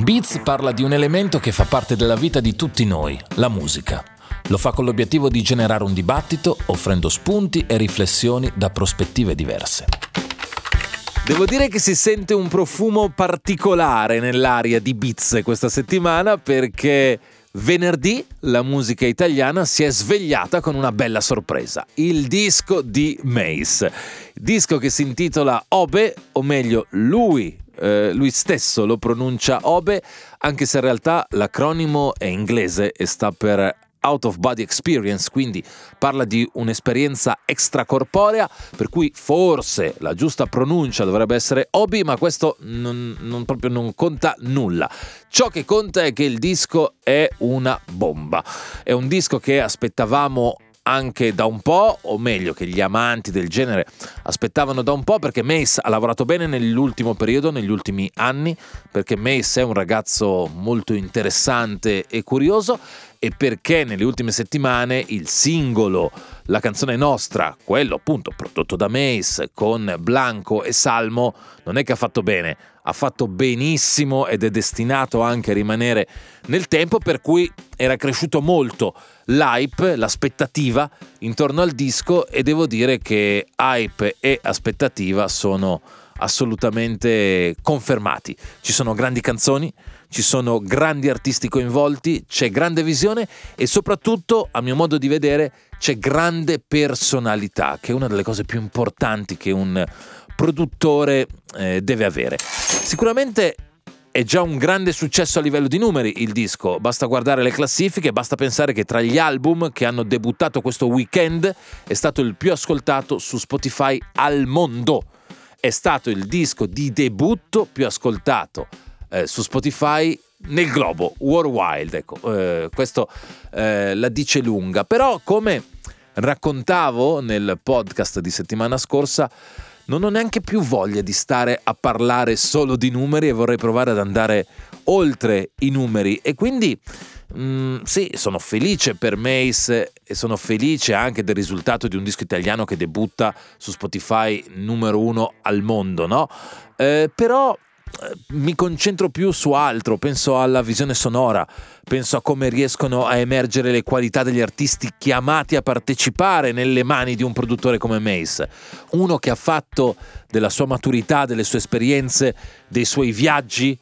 Beats parla di un elemento che fa parte della vita di tutti noi, la musica. Lo fa con l'obiettivo di generare un dibattito, offrendo spunti e riflessioni da prospettive diverse. Devo dire che si sente un profumo particolare nell'aria di Beats questa settimana, perché venerdì la musica italiana si è svegliata con una bella sorpresa: il disco di Mace, disco che si intitola Obe, o meglio lui stesso lo pronuncia Obe, anche se in realtà l'acronimo è inglese e sta per Out of Body Experience, quindi parla di un'esperienza extracorporea, per cui forse la giusta pronuncia dovrebbe essere Obi, ma questo non conta nulla. Ciò che conta è che il disco è una bomba. È un disco che aspettavamo anche da un po', o meglio che gli amanti del genere aspettavano da un po', perché Mace ha lavorato bene nell'ultimo periodo, negli ultimi anni, perché Mace è un ragazzo molto interessante e curioso, e perché nelle ultime settimane il singolo La canzone nostra, quello appunto prodotto da Mace con Blanco e Salmo, non è che ha fatto bene, ha fatto benissimo ed è destinato anche a rimanere nel tempo, per cui era cresciuto molto l'hype, l'aspettativa intorno al disco, e devo dire che hype e aspettativa sono assolutamente confermati. Ci sono grandi canzoni, ci sono grandi artisti coinvolti, c'è grande visione e soprattutto, a mio modo di vedere, c'è grande personalità, che è una delle cose più importanti che un produttore deve avere. Sicuramente è già un grande successo a livello di numeri il disco, basta guardare le classifiche, basta pensare che tra gli album che hanno debuttato questo weekend è stato il più ascoltato su Spotify al mondo. È stato il disco di debutto più ascoltato su Spotify nel globo, worldwide, ecco, questo la dice lunga. Però, come raccontavo nel podcast di settimana scorsa, non ho neanche più voglia di stare a parlare solo di numeri e vorrei provare ad andare oltre i numeri, e quindi sì, sono felice per Mace e sono felice anche del risultato di un disco italiano che debutta su Spotify numero 1 al mondo, no? Però mi concentro più su altro, penso alla visione sonora, penso a come riescono a emergere le qualità degli artisti chiamati a partecipare nelle mani di un produttore come Mace, uno che ha fatto della sua maturità, delle sue esperienze, dei suoi viaggi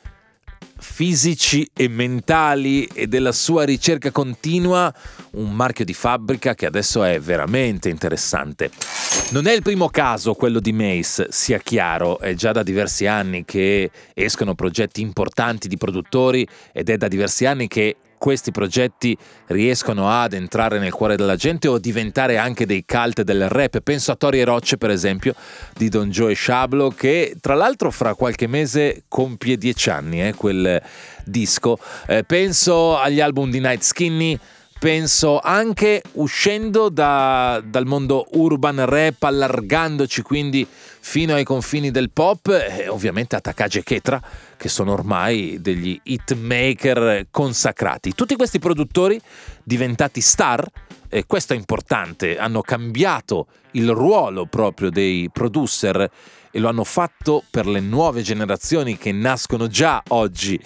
fisici e mentali e della sua ricerca continua un marchio di fabbrica che adesso è veramente interessante. Non è il primo caso quello di Mace, sia chiaro, è già da diversi anni che escono progetti importanti di produttori ed è da diversi anni che questi progetti riescono ad entrare nel cuore della gente o diventare anche dei cult del rap. Penso a Tori e Rocce, per esempio, di Don Joe e Shablo, che tra l'altro fra qualche mese compie 10 anni, quel disco. Penso agli album di Night Skinny, penso anche, uscendo dal mondo urban rap, allargandoci quindi fino ai confini del pop, ovviamente a Takagi e Ketra, che sono ormai degli hitmaker consacrati. Tutti questi produttori diventati star, e questo è importante, hanno cambiato il ruolo proprio dei producer e lo hanno fatto per le nuove generazioni che nascono già oggi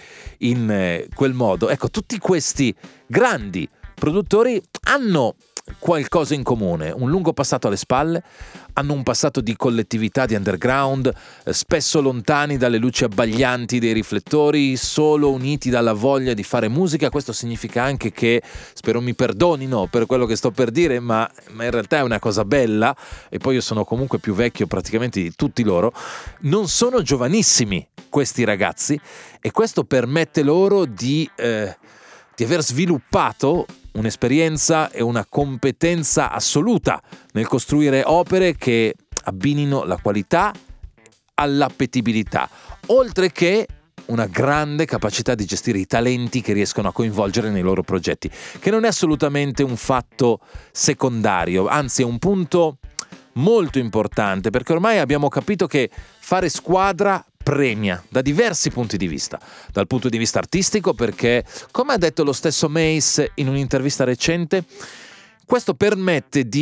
in quel modo. Ecco, tutti questi grandi produttori hanno qualcosa in comune: un lungo passato alle spalle, hanno un passato di collettività, di underground, spesso lontani dalle luci abbaglianti dei riflettori, solo uniti dalla voglia di fare musica. Questo significa anche che, spero mi perdonino per quello che sto per dire, ma in realtà è una cosa bella, e poi io sono comunque più vecchio praticamente di tutti loro, non sono giovanissimi questi ragazzi, e questo permette loro di aver sviluppato un'esperienza e una competenza assoluta nel costruire opere che abbinino la qualità all'appetibilità, oltre che una grande capacità di gestire i talenti che riescono a coinvolgere nei loro progetti, che non è assolutamente un fatto secondario, anzi è un punto molto importante, perché ormai abbiamo capito che fare squadra premia da diversi punti di vista. Dal punto di vista artistico, perché, come ha detto lo stesso Mace in un'intervista recente, questo permette di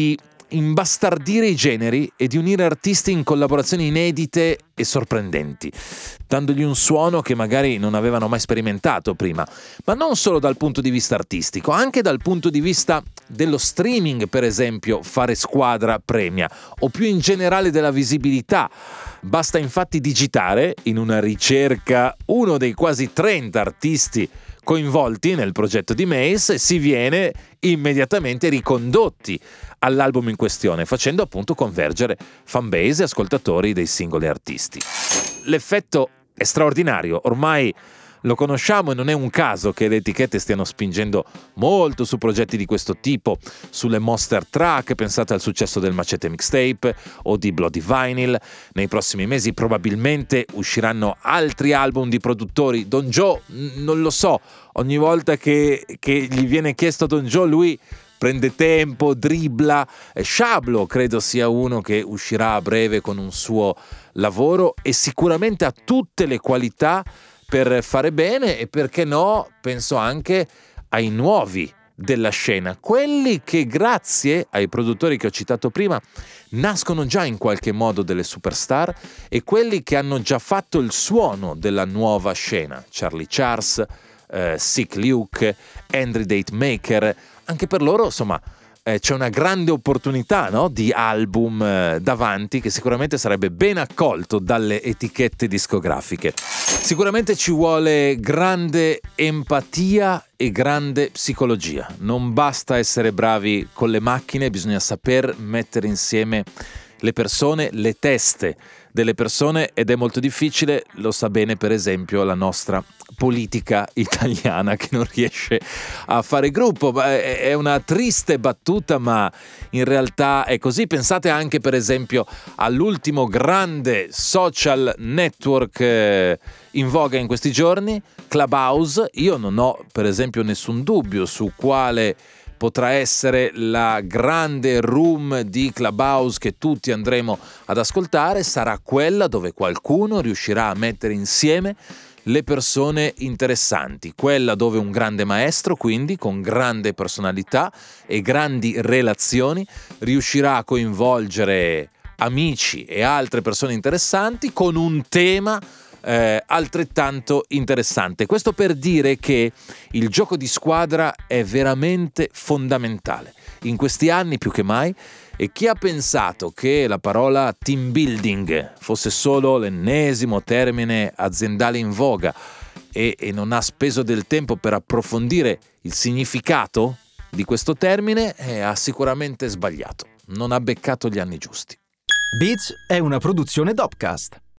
imbastardire i generi e di unire artisti in collaborazioni inedite e sorprendenti, dandogli un suono che magari non avevano mai sperimentato prima, ma non solo dal punto di vista artistico, anche dal punto di vista dello streaming, per esempio. Fare squadra premia, o più in generale della visibilità. Basta infatti digitare in una ricerca uno dei quasi 30 artisti coinvolti nel progetto di Mace e si viene immediatamente ricondotti all'album in questione, facendo appunto convergere fanbase e ascoltatori dei singoli artisti. L'effetto è straordinario, ormai lo conosciamo e non è un caso che le etichette stiano spingendo molto su progetti di questo tipo, sulle Monster Track, pensate al successo del Macete Mixtape o di Bloody Vinyl. Nei prossimi mesi probabilmente usciranno altri album di produttori. Don Joe, non lo so, ogni volta che gli viene chiesto a Don Joe lui prende tempo, dribbla. Shablo credo sia uno che uscirà a breve con un suo lavoro e sicuramente ha tutte le qualità per fare bene, e perché no, penso anche ai nuovi della scena, quelli che grazie ai produttori che ho citato prima nascono già in qualche modo delle superstar, e quelli che hanno già fatto il suono della nuova scena, Charlie Charles, Sick Luke, Andrew Date Maker. Anche per loro, insomma, c'è una grande opportunità, no? Di album davanti, che sicuramente sarebbe ben accolto dalle etichette discografiche. Sicuramente ci vuole grande empatia e grande psicologia. Non basta essere bravi con le macchine, bisogna saper mettere insieme le persone, le teste delle persone, ed è molto difficile, lo sa bene per esempio la nostra politica italiana che non riesce a fare gruppo. È una triste battuta, ma in realtà è così. Pensate anche per esempio all'ultimo grande social network in voga in questi giorni, Clubhouse. Io non ho per esempio nessun dubbio su quale potrà essere la grande room di Clubhouse che tutti andremo ad ascoltare. Sarà quella dove qualcuno riuscirà a mettere insieme le persone interessanti, quella dove un grande maestro, quindi con grande personalità e grandi relazioni, riuscirà a coinvolgere amici e altre persone interessanti con un tema altrettanto interessante. Questo per dire che il gioco di squadra è veramente fondamentale in questi anni più che mai, e chi ha pensato che la parola team building fosse solo l'ennesimo termine aziendale in voga e non ha speso del tempo per approfondire il significato di questo termine ha sicuramente sbagliato, non ha beccato gli anni giusti. Beats è una produzione Dopcast.